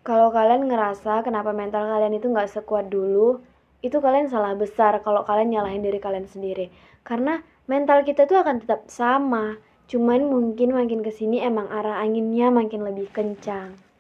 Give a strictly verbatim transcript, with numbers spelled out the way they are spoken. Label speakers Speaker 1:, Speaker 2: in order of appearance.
Speaker 1: Kalau kalian ngerasa kenapa mental kalian itu nggak sekuat dulu, itu kalian salah besar kalau kalian nyalahin diri kalian sendiri. Karena mental kita tuh akan tetap sama, cuman mungkin makin kesini emang arah anginnya makin lebih kencang.